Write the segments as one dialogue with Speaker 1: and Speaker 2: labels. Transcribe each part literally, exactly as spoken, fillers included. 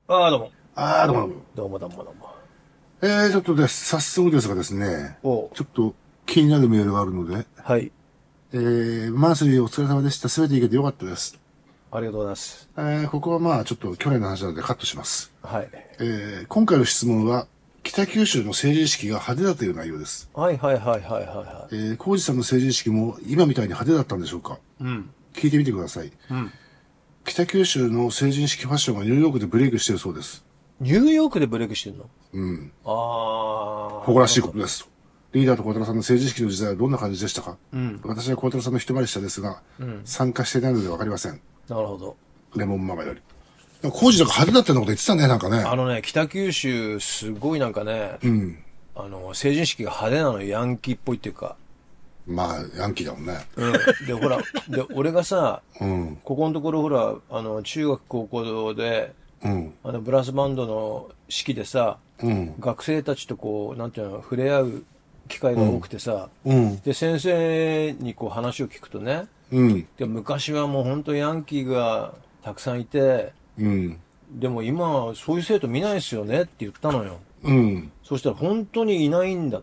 Speaker 1: ああ、どうも。
Speaker 2: ああ、どうも。
Speaker 1: どうもどうもどうも。
Speaker 2: えー、ちょっとです、早速ですがですね、
Speaker 1: お
Speaker 2: ちょっと気になるメールがあるので、
Speaker 1: はい。
Speaker 2: えー、マンスリーお疲れ様でした。すべていけてよかったです。
Speaker 1: ありがとうございます。
Speaker 2: えー、ここはまあ、ちょっと去年の話なのでカットします。
Speaker 1: はい。
Speaker 2: えー、今回の質問は、北九州の成人式が派手だという内容です。
Speaker 1: はいはいはいはいはいは
Speaker 2: えー、浩二さんの成人式も今みたいに派手だったんでしょうか？
Speaker 1: い。うん。
Speaker 2: 聞いてみてください。
Speaker 1: うん。
Speaker 2: 北九州の成人式ファッションがニューヨークでブレイクしているそうです。
Speaker 1: ニューヨークでブレイクしてんの？
Speaker 2: うん。
Speaker 1: ああ。
Speaker 2: 誇らしいことです。リーダーと小太郎さんの成人式の時代はどんな感じでしたか？
Speaker 1: うん。
Speaker 2: 私は小太郎さんの一回り下ですが、
Speaker 1: うん。
Speaker 2: 参加していないのでわかりません。
Speaker 1: なるほど。
Speaker 2: レモンママより。工事とか派手だったようなこと言ってたね、なんかね。
Speaker 1: あのね、北九州、すごいなんかね、
Speaker 2: うん。
Speaker 1: あの、成人式が派手なの、ヤンキーっぽいっていうか。
Speaker 2: まあ、ヤンキーだもんね。
Speaker 1: うん。で、ほら、で、俺がさ、
Speaker 2: うん。
Speaker 1: ここのところほら、あの、中学高校で、
Speaker 2: うん。
Speaker 1: あの、ブラスバンドの式でさ、
Speaker 2: うん。
Speaker 1: 学生たちとこう、なんていうの、触れ合う機会が多くてさ、
Speaker 2: うん。
Speaker 1: で、先生にこう話を聞くとね、
Speaker 2: うん。
Speaker 1: で昔はもう本当ヤンキーがたくさんいて、
Speaker 2: うん。
Speaker 1: でも今はそういう生徒見ないですよねって言ったのよ。
Speaker 2: うん。
Speaker 1: そしたら本当にいないんだって。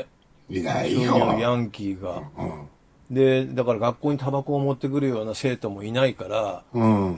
Speaker 2: いない
Speaker 1: そういう
Speaker 2: よ。
Speaker 1: ヤンキーが。
Speaker 2: うん。
Speaker 1: で、だから学校にタバコを持ってくるような生徒もいないから、
Speaker 2: うん。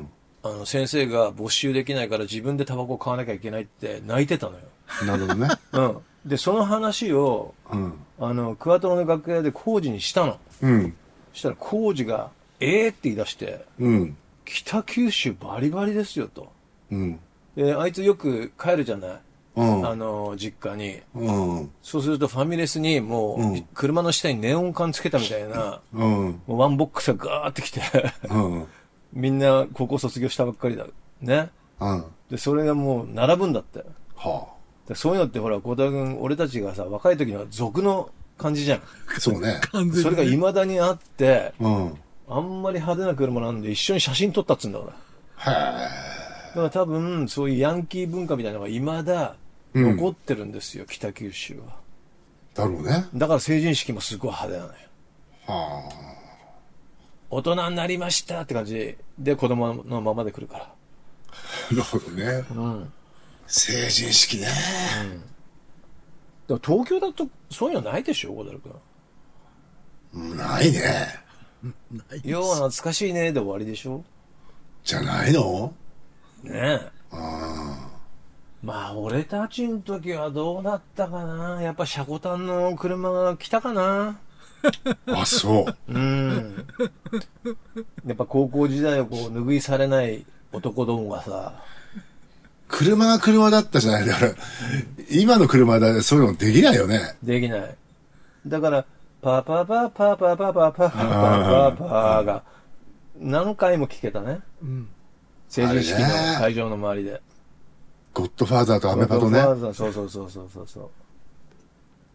Speaker 1: あの先生が没収できないから自分でタバコを買わなきゃいけないって泣いてたのよ。
Speaker 2: なるほどね。
Speaker 1: うん。で、その話を、
Speaker 2: うん。
Speaker 1: あの、クワトロの楽屋で工事にしたの。
Speaker 2: うん。
Speaker 1: そしたら工事が、ええーって言い出して、
Speaker 2: うん。
Speaker 1: 北九州バリバリですよと。
Speaker 2: うん。
Speaker 1: で、あいつよく帰るじゃない。
Speaker 2: うん。
Speaker 1: あの、実家に。
Speaker 2: うん。
Speaker 1: そうするとファミレスにもう、
Speaker 2: うん
Speaker 1: 車の下にネオン管つけたみたいな、
Speaker 2: うん。
Speaker 1: もうワンボックスがガーって来て、
Speaker 2: うん。
Speaker 1: みんな高校卒業したばっかりだ。ね。
Speaker 2: うん。
Speaker 1: で、それがもう並ぶんだって。
Speaker 2: は
Speaker 1: でそういうのってほら、小田君、俺たちがさ、若い時の族の感じじゃん。
Speaker 2: あ。そうね。
Speaker 3: 完全にね
Speaker 1: それが未だにあって、
Speaker 2: うん。
Speaker 1: あんまり派手な車なんで一緒に写真撮ったっつうんだから。
Speaker 2: へえ。
Speaker 1: だから多分、そういうヤンキー文化みたいなのが未だ残ってるんですよ、北九州は。
Speaker 2: だろうね。
Speaker 1: だから成人式もすごい派手なのよ。
Speaker 2: は
Speaker 1: 大人になりましたって感じで子供のままで来るから。
Speaker 2: あ。なるほどね。
Speaker 1: うん。
Speaker 2: 成人式ね。
Speaker 1: でも東京だとそういうのないでしょ、小田君。
Speaker 2: ないね。
Speaker 1: 要は懐かしいねで終わりでしょ。
Speaker 2: じゃないの？
Speaker 1: ねえ。まあ、俺たちの時はどうだったかな。やっぱシャコタンの車が来たかな。
Speaker 2: あ、そう。
Speaker 1: うん。やっぱ高校時代をこう拭いされない男どもがさ。
Speaker 2: 車が車だったじゃない。だから、今の車だそういうのできないよね。
Speaker 1: できない。だから、パパパパパパパパパパパパが何回も聞けたね。
Speaker 3: うん。
Speaker 1: 成人式の会場の周りで。
Speaker 2: ゴッドファーザーとアメパとね。
Speaker 1: そうそうそうそうそうそう。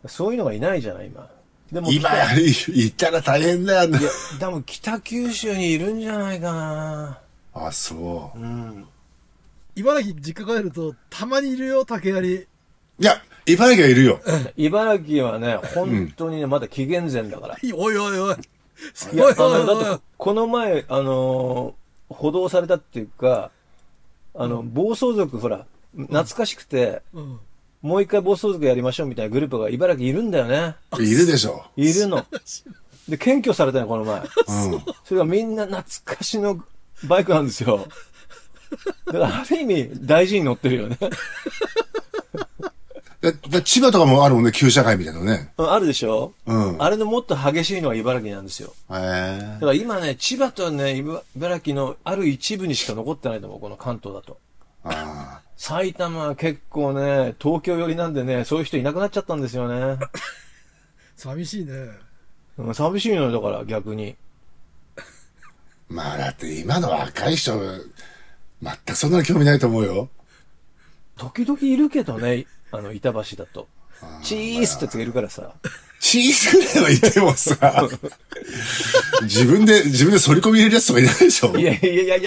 Speaker 1: そういうのがいないじゃない、今。でも
Speaker 2: 今やり、行ったら大変だよね。
Speaker 1: いや、多分北九州にいるんじゃないかな。
Speaker 2: あ、そう。
Speaker 1: うん。
Speaker 3: 茨城実家帰ると、たまにいるよ、竹槍。
Speaker 2: いや、茨城はいるよ。
Speaker 1: 茨城はね、本当にね、まだ紀元前だから。
Speaker 3: おいおいおい。
Speaker 1: いや、あ
Speaker 3: おいおい
Speaker 1: の、
Speaker 3: おい
Speaker 1: だって、この前、あのー、補導されたっていうか、あの、暴走族、ほら、懐かしくて、
Speaker 3: うん。
Speaker 1: もう一回暴走族やりましょうみたいなグループが茨城いるんだよね。
Speaker 2: いるでしょ。
Speaker 1: いるの。で、検挙されたの、この前。
Speaker 2: うん。
Speaker 1: それがみんな懐かしのバイクなんですよ。だから、ある意味、大事に乗ってるよね。
Speaker 2: だだ千葉とかもあるもんね、旧社会みたいなのね。
Speaker 1: うんあるでしょ。
Speaker 2: うん。
Speaker 1: あれのもっと激しいのは茨城なんですよ。
Speaker 2: へえ
Speaker 1: だから今ね、千葉とね、茨城のある一部にしか残ってないと思う、この関東だと。
Speaker 2: あ
Speaker 1: 埼玉は結構ね、東京寄りなんでね、そういう人いなくなっちゃったんですよね。
Speaker 3: 寂しいね。
Speaker 1: うん寂しいのよ、だから逆に。
Speaker 2: あ。まあだって今の若い人、全くそんなに興味ないと思うよ。
Speaker 1: 時々いるけどね、あの、板橋だと。チースってやつがいるからさ。
Speaker 2: チーズぐらいはいてもさ、自分で、自分で反り込み入れるやつとかいないでしょ。
Speaker 1: いやいやいやいや、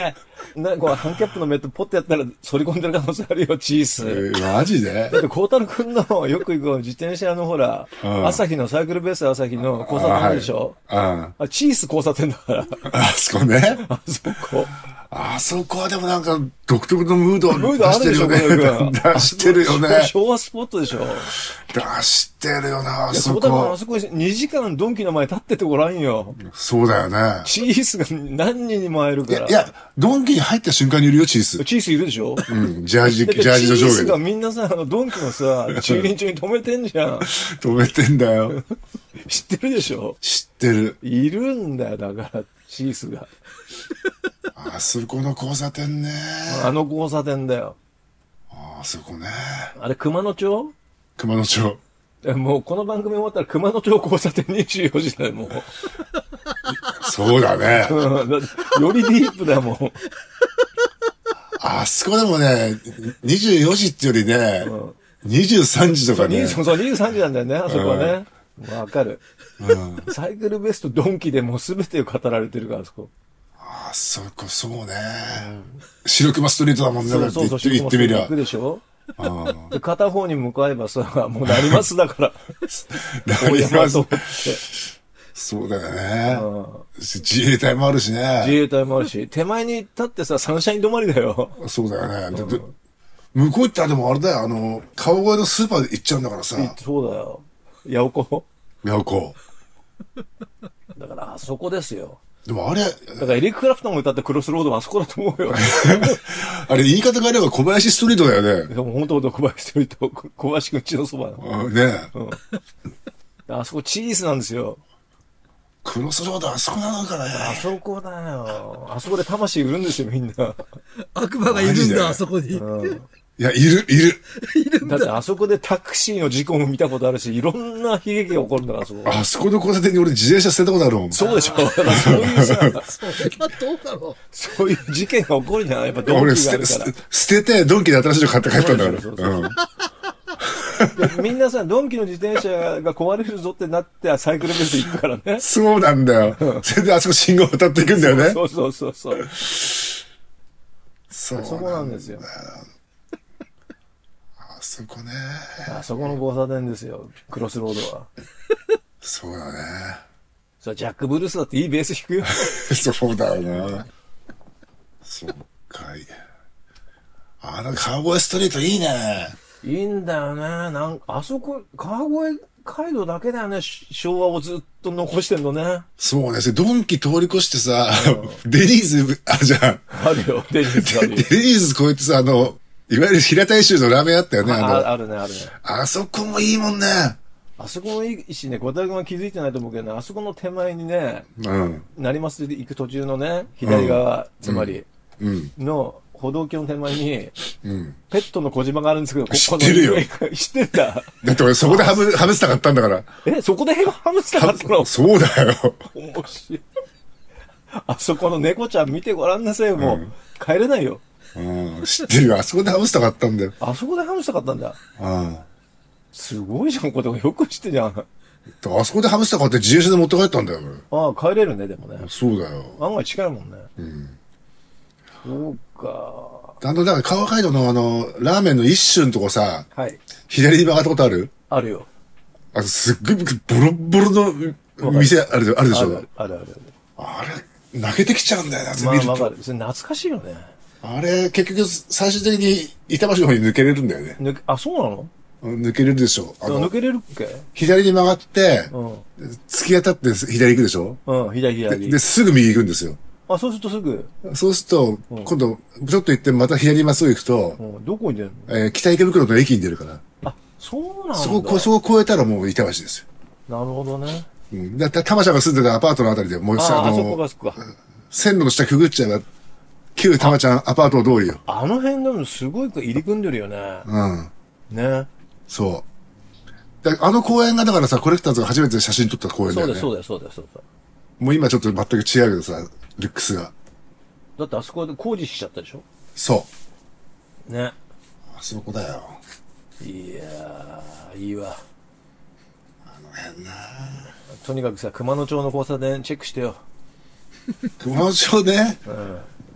Speaker 1: な、こう、ハンキャップのメットポッてやったら反り込んでる可能性あるよ、チース。
Speaker 2: えーマジで
Speaker 1: だって、孝太郎くんのよく行く自転車のほら、
Speaker 2: うん
Speaker 1: 朝日のサイクルベース朝日の交差点あるでしょ
Speaker 2: あ、はい
Speaker 1: あ、チース交差点だから。
Speaker 2: あそこね。
Speaker 1: あそこ。
Speaker 2: あそこはでもなんか独特のムードを
Speaker 1: ムードあるでしょ、
Speaker 2: 出してるよね。
Speaker 1: これ
Speaker 2: 出してるよね。
Speaker 1: 昭和スポットでしょ。
Speaker 2: 出してるよな、あ
Speaker 1: いや、
Speaker 2: そ
Speaker 1: そうだからあ
Speaker 2: こ。
Speaker 1: そこにじかんドンキの前立っててごらんよ。
Speaker 2: そうだよね。
Speaker 1: チースが何人にも会えるから。
Speaker 2: いや、いや、ドンキに入った瞬間にいるよ、チース。
Speaker 1: チースいるでしょ。
Speaker 2: うん、ジャージ、
Speaker 1: だって
Speaker 2: ジャージの上
Speaker 1: チースが
Speaker 2: 下で。
Speaker 1: みんなさ、あの、ドンキのさ、駐輪場に止めてんじゃん。
Speaker 2: 止めてんだよ。
Speaker 1: 知ってるでしょ。
Speaker 2: 知ってる。
Speaker 1: いるんだよ、だから、チースが。
Speaker 2: あそこの交差点ね。
Speaker 1: あの交差点だよ。
Speaker 2: あそこね。
Speaker 1: あれ、熊野町
Speaker 2: 熊野町。
Speaker 1: えもう、この番組終わったら熊野町交差点にじゅうよじだよ、もう。
Speaker 2: そうだね。
Speaker 1: うんだってよりディープだもん。
Speaker 2: あそこでもね、にじゅうよじってよりね、にじゅうさんじと
Speaker 1: そう、
Speaker 2: かね。
Speaker 1: そう、にじゅうさんじなんだよね、あそこはね。わかる。
Speaker 2: うん、
Speaker 1: サイクルベストドンキでもう全てを語られてるから、あそこ。
Speaker 2: あそこ、そうね。白熊ストリートだもんね、だって
Speaker 1: そうそう、
Speaker 2: 言って言ってみりゃ
Speaker 1: 行く。でしょ
Speaker 2: うん
Speaker 1: で片方に向かえばさ、もう成増だから。大
Speaker 2: なります
Speaker 1: 山と思って。
Speaker 2: そうだよね。
Speaker 1: うん
Speaker 2: 自衛隊もあるし
Speaker 1: 自
Speaker 2: ね。
Speaker 1: 衛隊もあるし、手前に立ってさ、サンシャイン止まりだよ。
Speaker 2: そうだよね。でで向こう行ったらでもあれだよ、あの、川越のスーパーで行っちゃうんだからさ。
Speaker 1: そうだよ。八百子。
Speaker 2: やこ
Speaker 1: だから、あそこですよ。
Speaker 2: でもあれ、
Speaker 1: だからエリック・クラプトンが歌ったクロスロードはあそこだと思うよ。
Speaker 2: あれ言い方があれば小林ストリートだよね。
Speaker 1: でも本当と小林とと小林くんちのそばの。
Speaker 2: うんね
Speaker 1: あそこチーズなんですよ。
Speaker 2: クロスロードあそこなのかね。
Speaker 1: あそこだよ。あそこで魂売るんですよ、みんな。
Speaker 3: 悪魔がいるん
Speaker 2: マジで
Speaker 3: だ、あそこに。
Speaker 1: うん
Speaker 2: いや、いる、いる。
Speaker 1: だってあそこでタクシーの事故も見たことあるし、いろんな悲劇が起こるんだから、あそこ。
Speaker 2: あそこの交差点に俺自転車捨てたことあるもん。
Speaker 1: そうでしょ。だからそういうさ、
Speaker 3: それはどうだろ
Speaker 1: そういう事件が起こるじゃん。やっぱドン
Speaker 2: 俺
Speaker 1: キがあ
Speaker 2: 捨て、
Speaker 1: るから。
Speaker 2: 捨てて、ドンキで新しいの買って帰ったんだから。
Speaker 1: そうそうそう
Speaker 2: うん
Speaker 1: でみんなさ、ドンキの自転車が壊れるぞってなって、サイクルベース行くからね。
Speaker 2: そうなんだよ。それであそこ信号渡っていくんだよね。
Speaker 1: そうそうそうそう。
Speaker 2: そう
Speaker 1: そこなんですよ。
Speaker 2: あそこね。
Speaker 1: あそこの交差点ですよ。クロスロードは。
Speaker 2: そうだね。
Speaker 1: それジャック・ブルースだっていいベース弾くよ。
Speaker 2: そうだよな。そうかい。あの川越ストリートいいね。
Speaker 1: いいんだよね。なんあそこ、川越街道だけだよね。し昭和をずっと残してんのね。
Speaker 2: そうね。それドンキ通り越してさ、デニーズあるじゃん。
Speaker 1: あるよ。デニーズある
Speaker 2: デニーズ越えてさ、あの、いわゆる平たい州のラーメンあったよね。あ
Speaker 1: あ
Speaker 2: の、
Speaker 1: あるね、あるね。
Speaker 2: あそこもいいもんね。
Speaker 1: あそこもいいしね、小田君は気づいてないと思うけどね、あそこの手前にね、
Speaker 2: うん。
Speaker 1: 成増で行く途中のね、左側、つまり、
Speaker 2: うん。
Speaker 1: の歩道橋の手前に、
Speaker 2: うん。
Speaker 1: ペットの小島があるんですけど、こ
Speaker 2: 知ってるよ
Speaker 1: この知ってんだ。
Speaker 2: だって俺そこでハム、ハムスター買ったんだから。
Speaker 1: え、そこでハムスター買ったの
Speaker 2: そうだよ。
Speaker 1: 面白い。あそこの猫ちゃん見てごらんなさいよ、もう。帰れないよ。
Speaker 2: うん。知ってるよ。あそこでハムスター買ったんだよ。
Speaker 1: あそこでハムスター買ったんだ。
Speaker 2: うん。
Speaker 1: すごいじゃん、これ。よく知ってんじゃん。
Speaker 2: あそこでハムスター買って自転車で持って帰ったんだよ、
Speaker 1: ああ、帰れるね、でもね
Speaker 2: 俺。。そうだよ。
Speaker 1: 案外近いもんね。そうか。
Speaker 2: あの、だから川街道のあの、ラーメンの一瞬とこさ、
Speaker 1: はい。
Speaker 2: 左に曲がったことある
Speaker 1: あるよ。
Speaker 2: あとすっごいボロボロの店あるあるでしょ
Speaker 1: あるあるある
Speaker 2: あれ、泣けてきちゃうんだよな、
Speaker 1: ある。まあ、
Speaker 2: 見ると。
Speaker 1: わかる。それ懐かしいよね。
Speaker 2: あれ、結局、最終的に板橋の方に抜けれるんだよね。
Speaker 1: 抜け、あ、そうなの
Speaker 2: 抜けれるでしょ。あの
Speaker 1: 抜、けれるっけ
Speaker 2: 左に曲がって、
Speaker 1: うん。
Speaker 2: 突き当たって左行くでしょ
Speaker 1: うん、左
Speaker 2: で、
Speaker 1: 左。
Speaker 2: で、すぐ右行くんですよ。
Speaker 1: あ、そうするとすぐ、
Speaker 2: そうすると、今度、ちょっと行ってまた左にまっすぐ行くと
Speaker 1: う、ん、どこに出るの
Speaker 2: えー北池袋の駅に出るから、
Speaker 1: あ、そうなんだ。
Speaker 2: そこ、こそこ越えたらもう板橋ですよ。
Speaker 1: なるほどね。
Speaker 2: うん。だって、玉ちゃんが住んでたアパートのあたりでもうさ、
Speaker 1: あ、
Speaker 2: あ
Speaker 1: あそこ
Speaker 2: の、
Speaker 1: がそこか。
Speaker 2: 線路の下くぐっちゃえば、旧玉ちゃんアパート通りよ。
Speaker 1: あの辺でもすごい入り組んでるよね。
Speaker 2: うん。
Speaker 1: ね。
Speaker 2: そう。だあの公園がだからさ、コレクターズが初めて写真撮った公園だよね。
Speaker 1: そうです、そうだよ、そうだよ、そうだよ。
Speaker 2: もう今ちょっと全く違うけどさ、ルックスが。
Speaker 1: だってあそこで工事しちゃったでしょ
Speaker 2: そう。
Speaker 1: ね。
Speaker 2: あそこだよ。
Speaker 1: いやー、いいわ。
Speaker 2: あの辺な
Speaker 1: とにかくさ、熊野町の交差点チェックしてよ。
Speaker 2: 熊野町ね。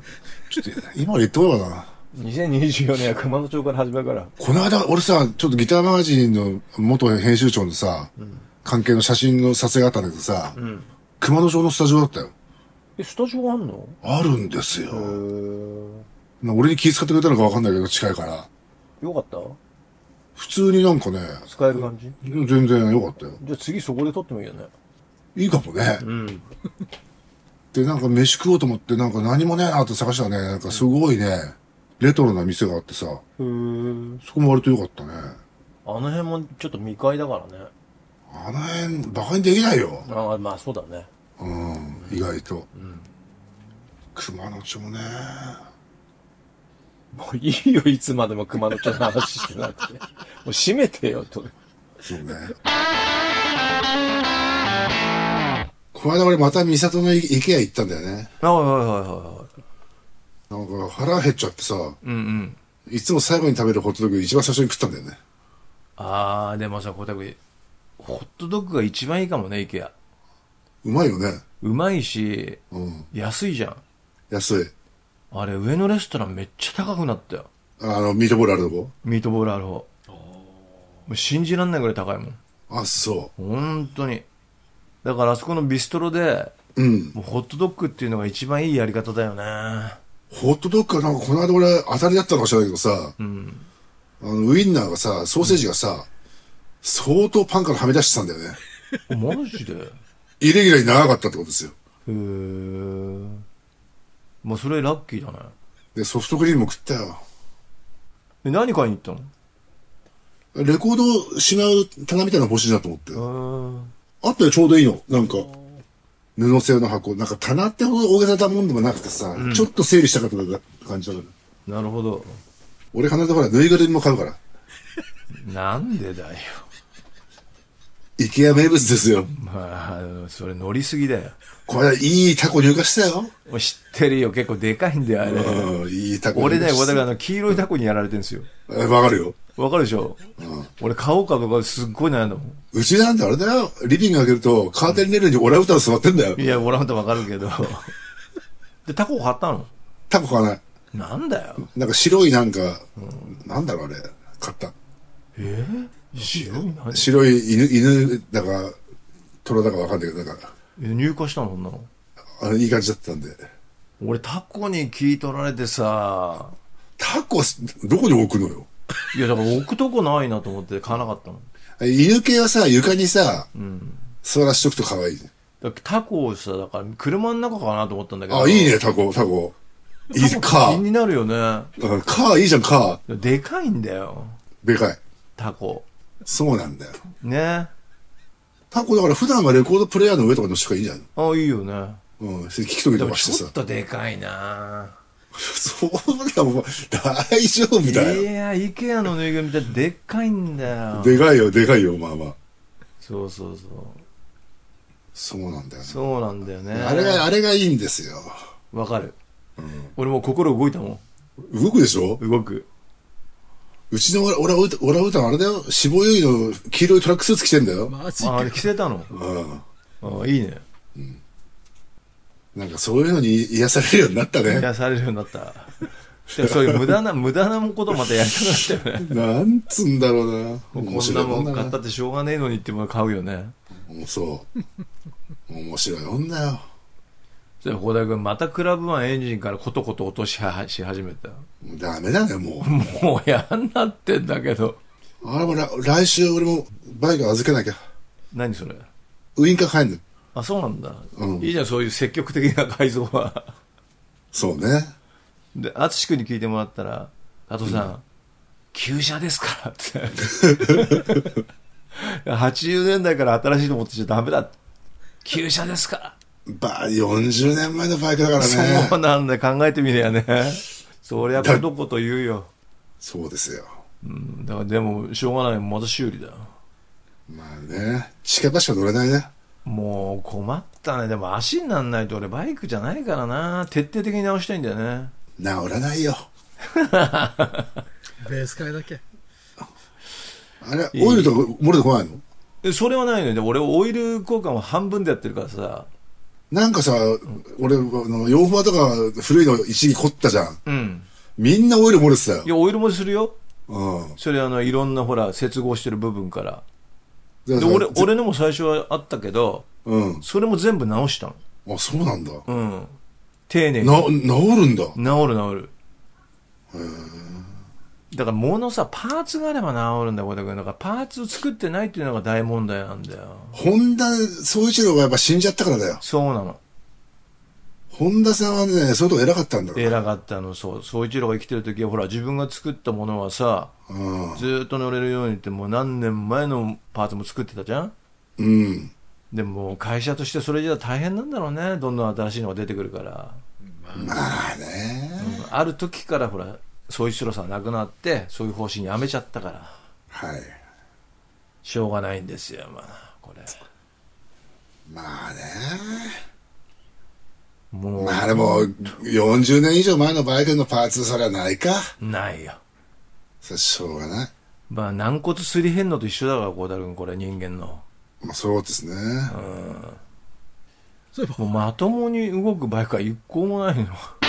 Speaker 2: ちょっと、今言ってこようかな。
Speaker 1: にせんにじゅうよねんは熊野町から始まるから。
Speaker 2: この間、俺さ、ちょっとギターマガジンの元編集長のさ、うん、関係の写真の撮影があったんだけどさ、うん、熊野町のスタジオだったよ。
Speaker 1: え、スタジオあんの？
Speaker 2: あるんですよ。俺に気遣ってくれたのかわかんないけど、近いから。
Speaker 1: よかった？
Speaker 2: 普通になんかね。
Speaker 1: 使える感じ？
Speaker 2: 全然よかったよ。
Speaker 1: じゃあ次そこで撮ってもいいよね。
Speaker 2: いいかもね。うん。で、なんか飯食おうと思って、なんか何もねえなって探したらね、なんかすごいね、レトロな店があってさ。へー。そこも割とよかったね。
Speaker 1: あの辺もちょっと未開だからね。
Speaker 2: あの辺、馬鹿にできないよ。
Speaker 1: ああ、まあそうだね。
Speaker 2: うん、意外と。うん。熊野町ね。
Speaker 1: もういいよ、いつまでも熊野町の話してなくて。もう閉めてよ、と。
Speaker 2: そうね。この間俺また三郷の池屋行ったんだよね。
Speaker 1: はいはいはいはい。
Speaker 2: なんか腹減っちゃってさ。
Speaker 1: うんうん。
Speaker 2: いつも最後に食べるホットドッグ一番最初に食ったんだよね。
Speaker 1: あー、でもさ、これホットドッグが一番いいかもね、池屋。
Speaker 2: うまいよね。
Speaker 1: うまいし、うん、安いじゃん。
Speaker 2: 安い。
Speaker 1: あれ、上のレストランめっちゃ高くなったよ。
Speaker 2: あの、ミートボールあるとこ？
Speaker 1: ミートボールある方。もう信じらんないぐらい高いもん。
Speaker 2: あ、そう。
Speaker 1: 本当に。だからあそこのビストロで、
Speaker 2: うん。
Speaker 1: もうホットドッグっていうのが一番いいやり方だよね。
Speaker 2: ホットドッグはなんかこの間俺当たりだったのかしらないけどさ、うん。あの、ウインナーがさ、ソーセージがさ、うん、相当パンからはみ出してたんだよね。
Speaker 1: マジで？
Speaker 2: イレギュラーに長かったってことですよ。
Speaker 1: へー。まあそれラッキーだね。
Speaker 2: で、ソフトクリームも食ったよ。
Speaker 1: え、何買いに行った
Speaker 2: の？レコードをしまう棚みたいなの欲しいなと思って。あったよ、ちょうどいいの。なんか、布製の箱。なんか棚ってほど大げさなもんでもなくてさ、うん、ちょっと整理したかった感じだから。
Speaker 1: なるほど。
Speaker 2: 俺必ずほら、ぬいぐるみも買うから。
Speaker 1: なんでだよ。
Speaker 2: イケア名物ですよ。
Speaker 1: まあ、それ乗りすぎだよ。
Speaker 2: これいいタコ入荷したよ。
Speaker 1: 知ってるよ。結構でかいんだよ、あれ。
Speaker 2: うん、いいタコ。
Speaker 1: 俺ね、俺があの、黄色いタコにやられてるんですよ。
Speaker 2: え、わかるよ。
Speaker 1: わかるでしょ、うん、俺買おうかどうかすっごい悩んだもん。
Speaker 2: うちなんてあれだよ。リビング開けると、カーテンレールにオランウータン座ってんだよ。
Speaker 1: いや、オランウータンわかるけど。で、タコ買ったの？
Speaker 2: タコ買わない。
Speaker 1: なんだよ。
Speaker 2: なんか白いなんか、うん、なんだろうあれ、買った。
Speaker 1: えー、白い何？
Speaker 2: 白い犬、犬だか、虎だかわかんないけど、だから。
Speaker 1: え、入荷したの？そんなの？
Speaker 2: あの、いい感じだったんで。
Speaker 1: 俺タコに聞い取られてさ。
Speaker 2: タコ、どこに置くのよ。
Speaker 1: いや、だから置くとこないなと思って買わなかったの。
Speaker 2: 犬系はさ、床にさ、うん、座らしとくと可愛い。
Speaker 1: だタコをさ、だから車の中かなと思ったんだけど。
Speaker 2: あ、いいね、タコ、タコ。いい、カー。
Speaker 1: 気になるよね。
Speaker 2: カーいいじゃん、カ
Speaker 1: ー。でかいんだよ。
Speaker 2: でかい。
Speaker 1: タコ。
Speaker 2: そうなんだよ。
Speaker 1: ね。
Speaker 2: タコだから普段はレコードプレイヤーの上とかのしかいいじゃん。
Speaker 1: あ、いいよね。
Speaker 2: うん、聞きときとかしてさ。
Speaker 1: ちょっとでかいな
Speaker 2: そうだもん、大丈夫だよ。
Speaker 1: いや、イケアのぬいぐるみってでっかいんだよ。
Speaker 2: でかいよ、でかいよ、まあまあ。
Speaker 1: そうそうそう。
Speaker 2: そうなんだよね。
Speaker 1: そうなんだよね。
Speaker 2: あれが、あれがいいんですよ。
Speaker 1: わかる。うん。俺も心動いたも
Speaker 2: ん。動くでしょ？
Speaker 1: 動く。
Speaker 2: うちのオラ、オラウータンあれだよ。死亡優位の黄色いトラックスーツ着てんだよ。
Speaker 1: マジか。あれ着せたの？うん。ああ、いいね。うん。
Speaker 2: なんかそういうのに癒されるようになったね。
Speaker 1: 癒されるようになった。そういう無駄な、無駄なことまたやりたくなったよね。
Speaker 2: なんつんだろうな。
Speaker 1: こんなもん買ったってしょうがねえのにっても買うよね。
Speaker 2: そう。面白いもんだよ。
Speaker 1: それ小田君またクラブワンエンジンからコトコト落としはし始めた。
Speaker 2: ダメだね、も
Speaker 1: う。もうやんなってんだけど。
Speaker 2: あれも来週俺もバイク預けなきゃ。
Speaker 1: 何それ？
Speaker 2: ウインカー入んの。
Speaker 1: あ、そうなんだ。うん、いいじゃん、そういう積極的な改造は。
Speaker 2: そうね。
Speaker 1: で、淳君に聞いてもらったら、加藤さん、うん、旧車ですからって。はちじゅうねんだいから新しいの持ってちゃダメだ。旧車ですから。
Speaker 2: ば、よんじゅうねんまえのバイクだからね。
Speaker 1: そうなんだよ、考えてみりゃね。そりゃことこと言うよ。
Speaker 2: そうですよ。
Speaker 1: うん、だからでも、しょうがない、また修理だよ。
Speaker 2: まあね、近場しか乗れないね。
Speaker 1: もう困ったね。でも足になんないと俺バイクじゃないからな。徹底的に直したいんだよね。
Speaker 2: 治らないよ。
Speaker 3: ベース変えだけ。
Speaker 2: あれ、オイルとか漏れてこないの？
Speaker 1: それはないのよ。でも俺オイル交換は半分でやってるからさ。
Speaker 2: なんかさ、俺、あの、ヨーファーとか古いの一時凝ったじゃん。
Speaker 1: うん。
Speaker 2: みんなオイル漏れてたよ。
Speaker 1: いや、オイルもするよ。
Speaker 2: うん。
Speaker 1: それあの、いろんなほら、接合してる部分から。
Speaker 2: で
Speaker 1: で、俺、俺のも最初はあったけど、
Speaker 2: うん。
Speaker 1: それも全部直したの。
Speaker 2: あ、そうなんだ。
Speaker 1: うん。丁寧に。
Speaker 2: な、治るんだ。
Speaker 1: 治る治る。だから物さ、パーツがあれば治るんだよ、これだけど。だからパーツを作ってないっていうのが大問題なんだよ。
Speaker 2: 本田宗一郎がやっぱ死んじゃったからだよ。
Speaker 1: そうなの。
Speaker 2: 本田さんはね、そういうとこ偉かったんだから。
Speaker 1: 偉かったの、そう。宗一郎が生きてる時は、ほら、自分が作ったものはさ、
Speaker 2: うん、
Speaker 1: ずーっと乗れるようにってもう何年前のパーツも作ってたじゃん。
Speaker 2: うん。
Speaker 1: でも会社としてそれじゃ大変なんだろうね。どんどん新しいのが出てくるから。
Speaker 2: まあね、
Speaker 1: うん、ある時からほら、宗一郎さん亡くなって、そういう方針やめちゃったから。
Speaker 2: はい。
Speaker 1: しょうがないんですよ、まあ、これ。
Speaker 2: まあね。
Speaker 1: もう。
Speaker 2: まあでも、よんじゅうねん以上前のバイクのパーツ、それはないか。
Speaker 1: ないよ。
Speaker 2: それしょうがない。
Speaker 1: まあ、軟骨すりへんのと一緒だから、孝太郎君、これ人間の。
Speaker 2: まあそうですね。うん。
Speaker 1: そういえば。もうまともに動くバイクは一個もないの。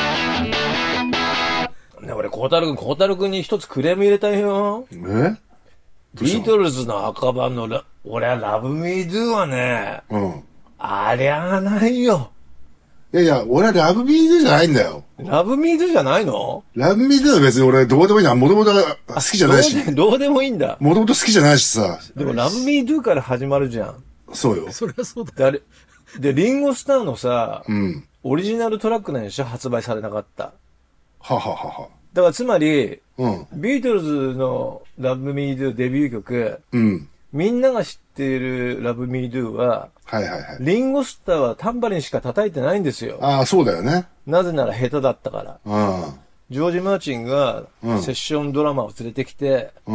Speaker 1: ね、俺、孝太郎君、孝太郎君に一つクレーム入れたいよ。
Speaker 2: え
Speaker 1: ビートルズの赤版のラ、俺はラブミードゥはね、
Speaker 2: うん。
Speaker 1: ありゃないよ。
Speaker 2: いやいや、俺はラブミードゥじゃないんだよ。
Speaker 1: ラブミードゥじゃないの？
Speaker 2: ラブミードゥは別に俺どうでもいいな。もともと好きじゃないし。
Speaker 1: どうで、どうでもいいんだ。
Speaker 2: もともと好きじゃないしさ。
Speaker 1: でもラブミードゥから始まるじゃん。
Speaker 2: そうよ。
Speaker 3: そりゃそうだよ。
Speaker 1: で、で、リンゴスターのさ、
Speaker 2: うん。
Speaker 1: オリジナルトラックなんでしょ？発売されなかった。
Speaker 2: はははは。
Speaker 1: だからつまり、
Speaker 2: うん。
Speaker 1: ビートルズのラブミードゥデビュー曲、
Speaker 2: うん。
Speaker 1: みんなが知っているラブミードゥは、
Speaker 2: はいはいはい。
Speaker 1: リンゴスターはタンバリンしか叩いてないんですよ。
Speaker 2: ああ、そうだよね。
Speaker 1: なぜなら下手だったから。
Speaker 2: うん。
Speaker 1: ジョージ・マーチンが
Speaker 2: うん
Speaker 1: セッションドラマを連れてきて、
Speaker 2: うん。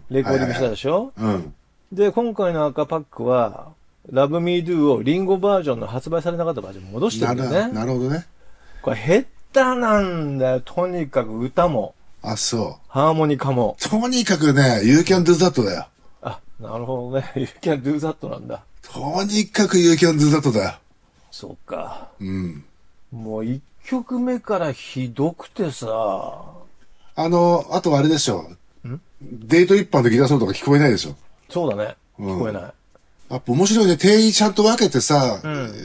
Speaker 1: レコーディングしたでしょ？
Speaker 2: はいはいはい、うん。で、
Speaker 1: 今回の赤パックは、ラブミードゥをリンゴバージョンの発売されなかったバージョンに戻してるんだよね。
Speaker 2: なるほどね。
Speaker 1: これ下手なんだよ。とにかく歌も。
Speaker 2: あ、そう。
Speaker 1: ハーモニカも。
Speaker 2: とにかくね、You can do that だよ。
Speaker 1: あ、なるほどね。You can do that なんだ。
Speaker 2: とにかく You can do that だよ。
Speaker 1: そっか。
Speaker 2: うん。
Speaker 1: もう一曲目からひどくてさ。
Speaker 2: あの、あとあれでしょ。んデート一般のギターソロとか聞こえないでしょ。
Speaker 1: そうだね。
Speaker 2: うん、
Speaker 1: 聞こえない。
Speaker 2: やっぱ面白いね。定位ちゃんと分けてさ、うん、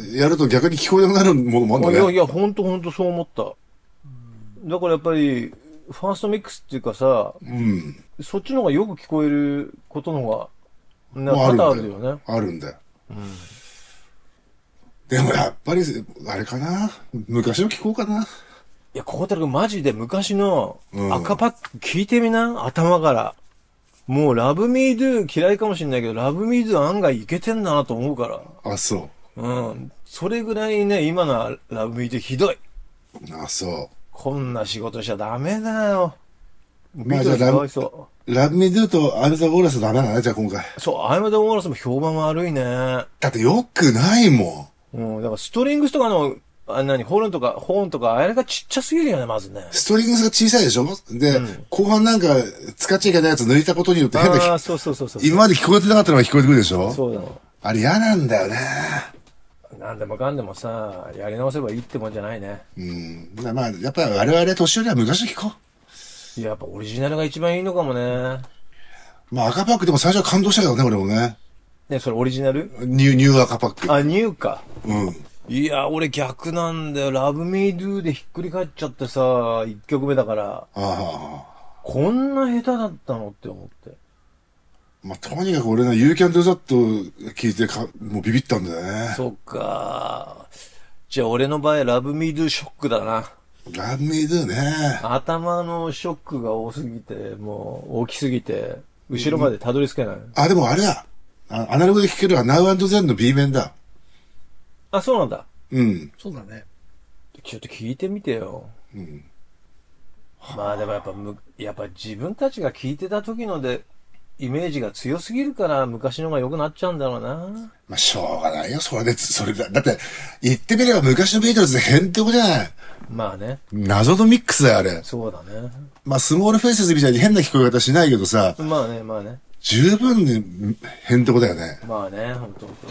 Speaker 2: やると逆に聞こえなくなるものもあるんだね。
Speaker 1: いやいや、ほんとほんとそう思った。だからやっぱり、ファーストミックスっていうかさ、うん、そっちの方がよく聞こえることの方が、なんか多々あるよね。
Speaker 2: あるんだよ。うん、でもやっぱり、あれかな。昔の聞こうかな。い
Speaker 1: や、孝太郎君マジで昔の赤パック聞いてみな、うん、頭から。もうラブミードゥ嫌いかもしれないけど、ラブミードゥ案外いけてんだなと思うから。
Speaker 2: あ、そう。
Speaker 1: うん。それぐらいね、今のラブミードゥひどい。
Speaker 2: あ、そう。
Speaker 1: こんな仕事しちゃダメだよ。
Speaker 2: まあじゃあラブ、ラブミードゥとアイムザウォーラスダメだね、じゃあ今回。
Speaker 1: そう、アイムザウォーラスも評判悪いね。
Speaker 2: だってよくないも
Speaker 1: ん。うん、だからストリングスとかの、あ、何、ホルンとか、ホーンとか、あれがちっちゃすぎるよね、まずね。
Speaker 2: ストリングスが小さいでしょで、うん、後半なんか、使っちゃいけないやつ抜いたことによって変な、
Speaker 1: あ、そうそうそうそう。
Speaker 2: 今まで聞こえてなかったのが聞こえてくるでしょ
Speaker 1: そうだの。
Speaker 2: あれ嫌なんだよね。
Speaker 1: なんでもかんでもさ、やり直せばいいってもんじゃないね。
Speaker 2: うん。まあ、やっぱり我々年寄りは昔聞こ
Speaker 1: う。いや、やっぱオリジナルが一番いいのかもね。
Speaker 2: まあ赤パックでも最初は感動したけどね、俺もね。
Speaker 1: ね、それオリジナル？
Speaker 2: ニュー、ニュー赤パック。
Speaker 1: あ、ニューか。
Speaker 2: うん。
Speaker 1: いや、俺逆なんだよ。ラブミードゥでひっくり返っちゃってさ、一曲目だから。ああ。こんな下手だったのって思って。
Speaker 2: まあ、とにかく俺の You Can Do That 聞いてか、もうビビったんだよね。
Speaker 1: そっか。じゃあ俺の場合、ラブミードゥショックだな。
Speaker 2: ラブミードゥね。
Speaker 1: 頭のショックが多すぎて、もう大きすぎて、後ろまでたどり着けない。うん、
Speaker 2: あ、でもあれだ。あアナログで聴けるは Now and Then の B 面だ。
Speaker 1: あ、そうなんだ。
Speaker 2: うん。
Speaker 3: そうだね。
Speaker 1: ちょっと聞いてみてよ。うん。まあでもやっぱむ、やっぱ自分たちが聞いてた時ので、イメージが強すぎるから昔のが良くなっちゃうんだろうな。ま
Speaker 2: あしょうがないよ、それで、それだ。だって、言ってみれば昔のビートルズでヘンテコじゃない。
Speaker 1: まあね。
Speaker 2: 謎のミックスだよ、あれ。
Speaker 1: そうだね。
Speaker 2: まあスモールフェイスみたいに変な聞こえ方しないけどさ。
Speaker 1: まあね、まあね。
Speaker 2: 十分にヘンテコだよね。
Speaker 1: まあね、ほんとほんと。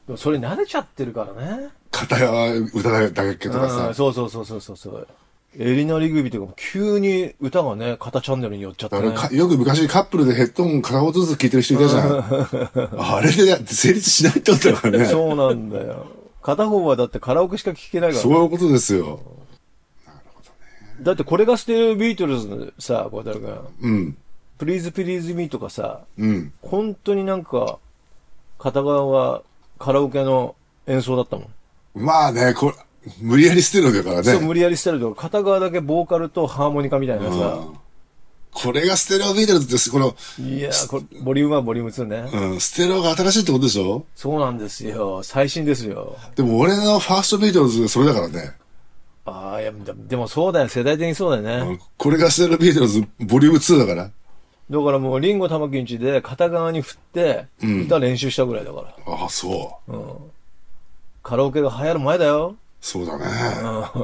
Speaker 1: でもそれ慣れちゃってるからね。
Speaker 2: 片側歌だけとかさ。
Speaker 1: そうそうそうそうそうそう。襟なり首とかも急に歌がね、片チャンネルに寄っちゃって、ね。
Speaker 2: あれよく昔カップルでヘッドホン片方ずつ聞いてる人いたじゃん。あれで成立しないってことだからね。
Speaker 1: そうなんだよ。片方はだってカラオケしか聴けないから、ね。
Speaker 2: そういうことですよ。なる
Speaker 1: ほどね。だってこれが捨てるビートルズさ、小太郎君。
Speaker 2: うん。
Speaker 1: プリーズプリーズミーとかさ、
Speaker 2: うん。
Speaker 1: 本当になんか、片側はカラオケの演奏だったもん。
Speaker 2: まあね、これ、無理やりステレオだからね。
Speaker 1: そう、無理やりステレオと片側だけボーカルとハーモニカみたいなさ。うん、
Speaker 2: これがステレオビートルズって、この、
Speaker 1: いやー、これ、ボリュームワン、ボリュームツーね。
Speaker 2: うん、ステレオが新しいってことでしょ？
Speaker 1: そうなんですよ。最新ですよ。
Speaker 2: でも俺のファーストビートルズがそれだからね。
Speaker 1: ああ、いや、でもそうだよ。世代的にそうだよね。うん、
Speaker 2: これがステレオビートルズ、ボリュームツーだから。
Speaker 1: だからもう、リンゴ玉木んちで片側に振って、歌練習したぐらいだから。
Speaker 2: うん、ああ、そう。
Speaker 1: うん。カラオケが流行る前だよ。
Speaker 2: そうだね。うん、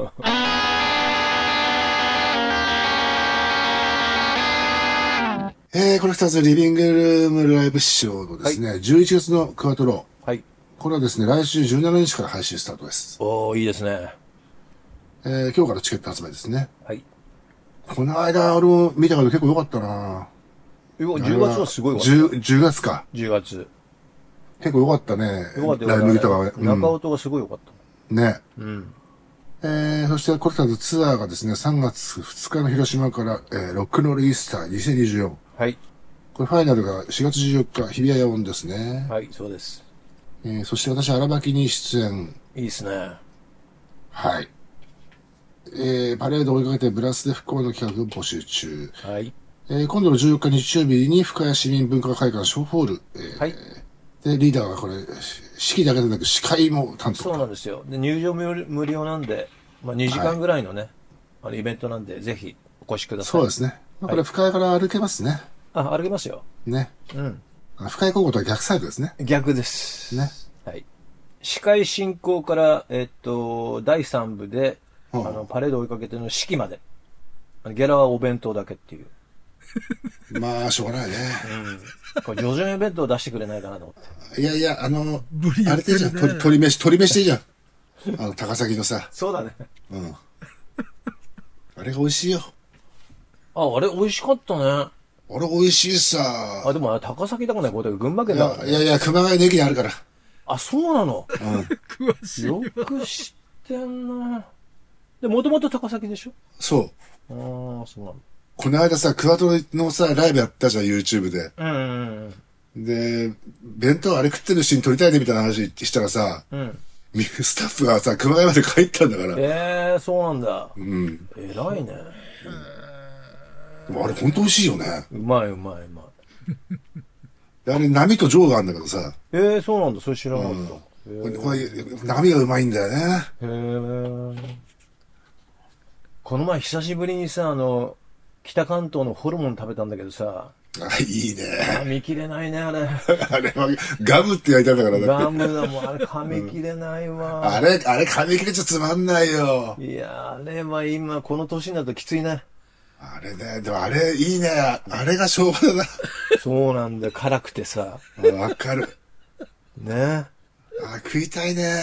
Speaker 2: えー、コレクターズリビングルームライブショーのですね、はい、じゅういちがつのクワトロ。
Speaker 1: はい。
Speaker 2: これはですね、来週じゅうしちにちから配信スタートです。
Speaker 1: おー、いいですね。
Speaker 2: えー、今日からチケット発売ですね。
Speaker 1: はい。
Speaker 2: この間、俺も見たから結構良かったな
Speaker 1: じゅうがつはすごいわ。
Speaker 2: じゅう、じゅうがつか。
Speaker 1: じゅうがつ。
Speaker 2: 結構良かったね。
Speaker 1: 良かったよ。
Speaker 2: ライブギターは。
Speaker 1: 中音がすごい良かった。
Speaker 2: ね。
Speaker 1: うん。
Speaker 2: えー、そしてコレクターズツアーがですね、さんがつふつかの広島から、えー、ロックノールイースターにせんにじゅうよん。
Speaker 1: はい。
Speaker 2: これファイナルがしがつじゅうよっか、日比谷野音ですね。
Speaker 1: はい、そうです。
Speaker 2: えー、そして私、荒巻に出演。
Speaker 1: いいですね。
Speaker 2: はい。えー、パレードを追いかけてブラスで復興の企画を募集中。
Speaker 1: はい。
Speaker 2: えー、今度のじゅうよっか日曜日に深谷市民文化会館ショーホール。えー、
Speaker 1: はい。
Speaker 2: で、リーダーはこれ、式だけでなく司会も担当。
Speaker 1: そうなんですよ。で、入場無料なんで、まあにじかんぐらいのね、はい、あのイベントなんで、ぜひお越しください。
Speaker 2: そうですね。まあ、これ深谷から歩けますね。
Speaker 1: あ、歩けますよ。
Speaker 2: ね。
Speaker 1: うん。
Speaker 2: 深谷高校とは逆サイドですね。
Speaker 1: 逆です。
Speaker 2: ね。
Speaker 1: はい。司会進行から、えっと、だいさん部で、あの、パレードを追いかけての式まで。ギャラはお弁当だけっていう。
Speaker 2: まあ、しょうがないね。
Speaker 1: うん。これ、叙々苑弁当出してくれないかなと思って。
Speaker 2: いやいや、あの、あれでいいじゃん。鳥、鳥飯、鳥飯でいいじゃん。あの、高崎のさ。
Speaker 1: そうだね。
Speaker 2: うん。あれが美味しいよ。
Speaker 1: あ、あれ美味しかったね。あ
Speaker 2: れ美味しいさ。
Speaker 1: あ、でも高崎だからね、これ群馬県だから、ね。
Speaker 2: いやいや、熊谷の駅にあるから。
Speaker 1: あ、そうなの。
Speaker 2: うん。
Speaker 3: 詳しい。
Speaker 1: よく知ってんな。で、もともと高崎でしょ？
Speaker 2: そう。
Speaker 1: ああ、そうなの。
Speaker 2: この間さ、クワトロのさ、ライブやったじゃん、YouTube で。
Speaker 1: うんうん
Speaker 2: うん。で、弁当あれ食ってるシーン撮りたいねみたいな話したらさ、
Speaker 1: うん。
Speaker 2: スタッフがさ、熊谷まで帰ったんだから。
Speaker 1: ええー、そうなんだ。
Speaker 2: うん。
Speaker 1: 偉いね。
Speaker 2: でもあれ本当美味しいよね。
Speaker 1: うまいうまいうまい。
Speaker 2: あれ波と上があるんだけどさ。
Speaker 1: ええー、そうなんだ。それ知らなかった。
Speaker 2: うん、これ波がうまいんだよね。
Speaker 1: へえ。この前久しぶりにさ、あの、北関東のホルモン食べたんだけどさ。
Speaker 2: あ、いいね。
Speaker 1: 噛み切れないね、あれ。
Speaker 2: あれは、ガムって焼いたんだから
Speaker 1: ガムだもん、あれ噛み切れないわ。
Speaker 2: うん、あれ、あれ噛み切れちゃつまんないよ。
Speaker 1: いや、あれは今、この年になるときついね。
Speaker 2: あれね、でもあれ、いいね。あれが昭和だな。
Speaker 1: そうなんだよ、辛くてさ。
Speaker 2: わかる。
Speaker 1: ね。
Speaker 2: あ、食いたいね。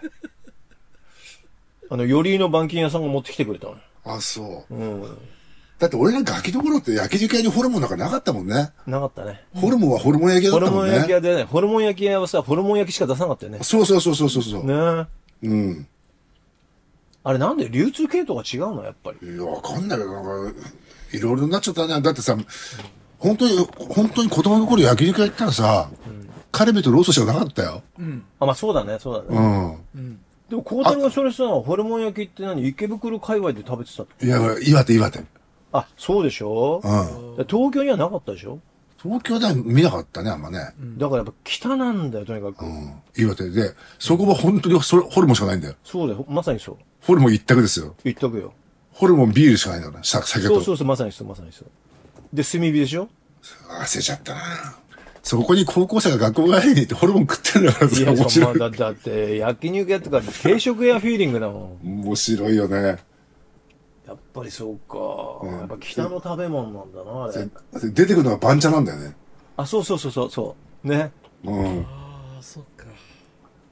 Speaker 1: あの、よりの板金屋さんが持ってきてくれたの。
Speaker 2: あ、そう。
Speaker 1: うん。
Speaker 2: だって俺らガキどころって焼肉屋にホルモンなんかなかったもんね。
Speaker 1: なかったね。
Speaker 2: ホルモンはホルモン焼き屋だったもんね。
Speaker 1: ホルモン焼き屋でね、ホルモン焼き屋はさ、ホルモン焼きしか出さなかったよね。
Speaker 2: そうそうそうそうそうそう。
Speaker 1: ね。
Speaker 2: うん。
Speaker 1: あれなんで流通系統が違うのやっぱり。
Speaker 2: いや、わかんないけど、なんか、いろいろになっちゃったね。だってさ、本当に、本当に子供の頃焼肉屋行ったらさ、うん、カルビとロースしかなかったよ。
Speaker 1: うん。あ、まあそうだね、そうだ
Speaker 2: ね。うん。
Speaker 1: うんでも、孝太郎がそれさ、ホルモン焼きって何池袋界隈で食べてたって。
Speaker 2: いや、岩手、岩手。
Speaker 1: あ、そうでしょ？うん。東京にはなかったでしょ？
Speaker 2: 東京では見なかったね、あんまね。
Speaker 1: うん、だからやっぱ北なんだよ、とにかく。
Speaker 2: うん。岩手で、そこは本当にそれホルモンしかないんだよ。
Speaker 1: そうだよ、まさにそう。
Speaker 2: ホルモン一択ですよ。
Speaker 1: 一択よ。
Speaker 2: ホルモンビールしかないんだから、酒と。
Speaker 1: そうそうそう、まさにそう、まさにそう。で、炭火でしょ？
Speaker 2: 忘れちゃったな。そこに高校生が学校帰りに行ってホルモン食ってんだからさ、面白い。
Speaker 1: だだって焼肉屋とか定食屋フィーリングだも
Speaker 2: ん。面白いよね。
Speaker 1: やっぱりそうか。うん、やっぱ北の食べ物なんだな、あ
Speaker 2: れ。出てくるのは番茶なんだよね。
Speaker 1: あ、そうそうそうそう、そう。ね。
Speaker 2: うん。
Speaker 3: ああ、そっか。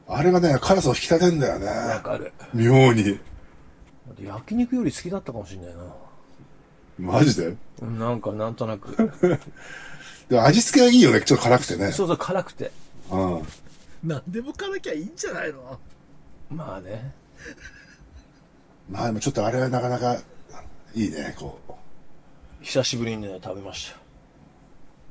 Speaker 2: あれがね、辛さを引き立てんだよね。
Speaker 1: わかる。
Speaker 2: 妙に。
Speaker 1: 焼肉より好きだったかもしれないな。
Speaker 2: マジで？
Speaker 1: なんかなんとなく。
Speaker 2: でも味付けがいいよね、ちょっと辛くてね。
Speaker 1: そうそう、辛くて。
Speaker 2: うん。
Speaker 3: なんでも辛きゃいいんじゃないの？
Speaker 1: まあね。
Speaker 2: まあでもちょっとあれはなかなかいいね、こう。
Speaker 1: 久しぶりにね、食べました。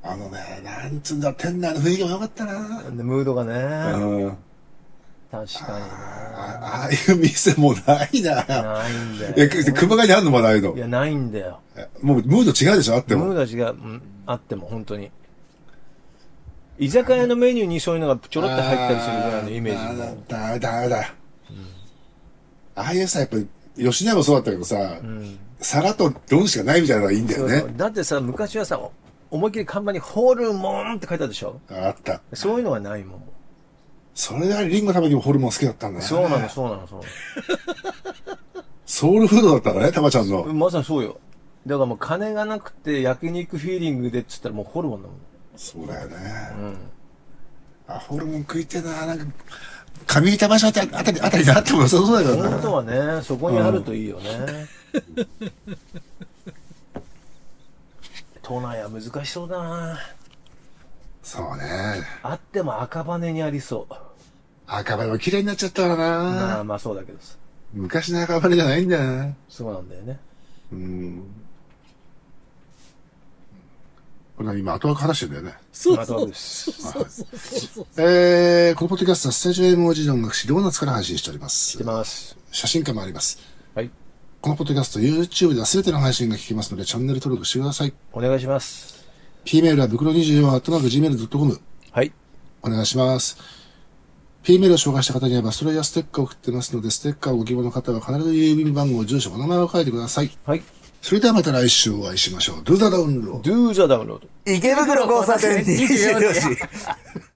Speaker 2: あのね、なんつうんだ、店内の雰囲気も良かったな。
Speaker 1: で、ムードがね。
Speaker 2: うん。
Speaker 1: 確かにな。
Speaker 2: あ, ああいう店もないな。
Speaker 1: ないんだよ。
Speaker 2: いや、熊谷にあんのもないの。
Speaker 1: いや、ないんだよ。
Speaker 2: もう、ムード違うでしょ、あっても。
Speaker 1: ムードは違う、うん、あっても、本当に。居酒屋のメニューにそういうのがちょろっと入ったりするぐらいのイメージも。
Speaker 2: だめだ、だめだ。うん、ああいうさ、やっぱり、吉野家もそうだったけどさ、うん、皿と丼しかないみたいなのがいいんだよね。そうそう
Speaker 1: だってさ、昔はさ、思いっきり看板にホルモンって書いてあるでしょ？
Speaker 2: あった。
Speaker 1: そういうのがないもん。
Speaker 2: それでリンゴ食べてもホルモン好きだったんだよね。
Speaker 1: そうなの、そうなの、そうな
Speaker 2: の。ソウルフードだったんだね、たまちゃんの。
Speaker 1: まさにそうよ。だからもう金がなくて焼肉フィーリングでっつったらもうホルモンだもん。
Speaker 2: そうだよね。
Speaker 1: うん。
Speaker 2: あ、ホルモン食いてえな、なんか、上板橋あたり、あたり、あたりであっても良さそうだけどね。
Speaker 1: 本当はね、そこにあるといいよね。うん、都内は難しそうだな。
Speaker 2: そうね。
Speaker 1: あっても赤羽にありそう。
Speaker 2: 赤羽も綺麗になっちゃったからな。
Speaker 1: まあまあそうだけどさ。
Speaker 2: 昔の赤羽じゃないんだよね。
Speaker 1: そうなんだよね。
Speaker 2: うん。これは今後々話してんだよね。
Speaker 3: そうそう。
Speaker 1: そうそう
Speaker 3: そう。
Speaker 2: えー、このポッドキャストはスタジオ エムオージー の音楽誌ドーナツから配信しております。
Speaker 1: してます。
Speaker 2: 写真家もあります。
Speaker 1: はい。
Speaker 2: このポッドキャスト YouTube では全ての配信が聞けますのでチャンネル登録してください。
Speaker 1: お願いします。
Speaker 2: P メールはブクロにじゅうよんアットマークジーメールドットコム。
Speaker 1: はい。
Speaker 2: お願いします。P メールを紹介した方にはバストレイやステッカーを送ってますので、ステッカーをご希望の方は必ず郵便番号、住所、お名前を書いてください。
Speaker 1: はい。
Speaker 2: それではまた来週お会いしましょう。Do the download。
Speaker 1: Do the download。
Speaker 4: 池袋交差点にじゅうよじ。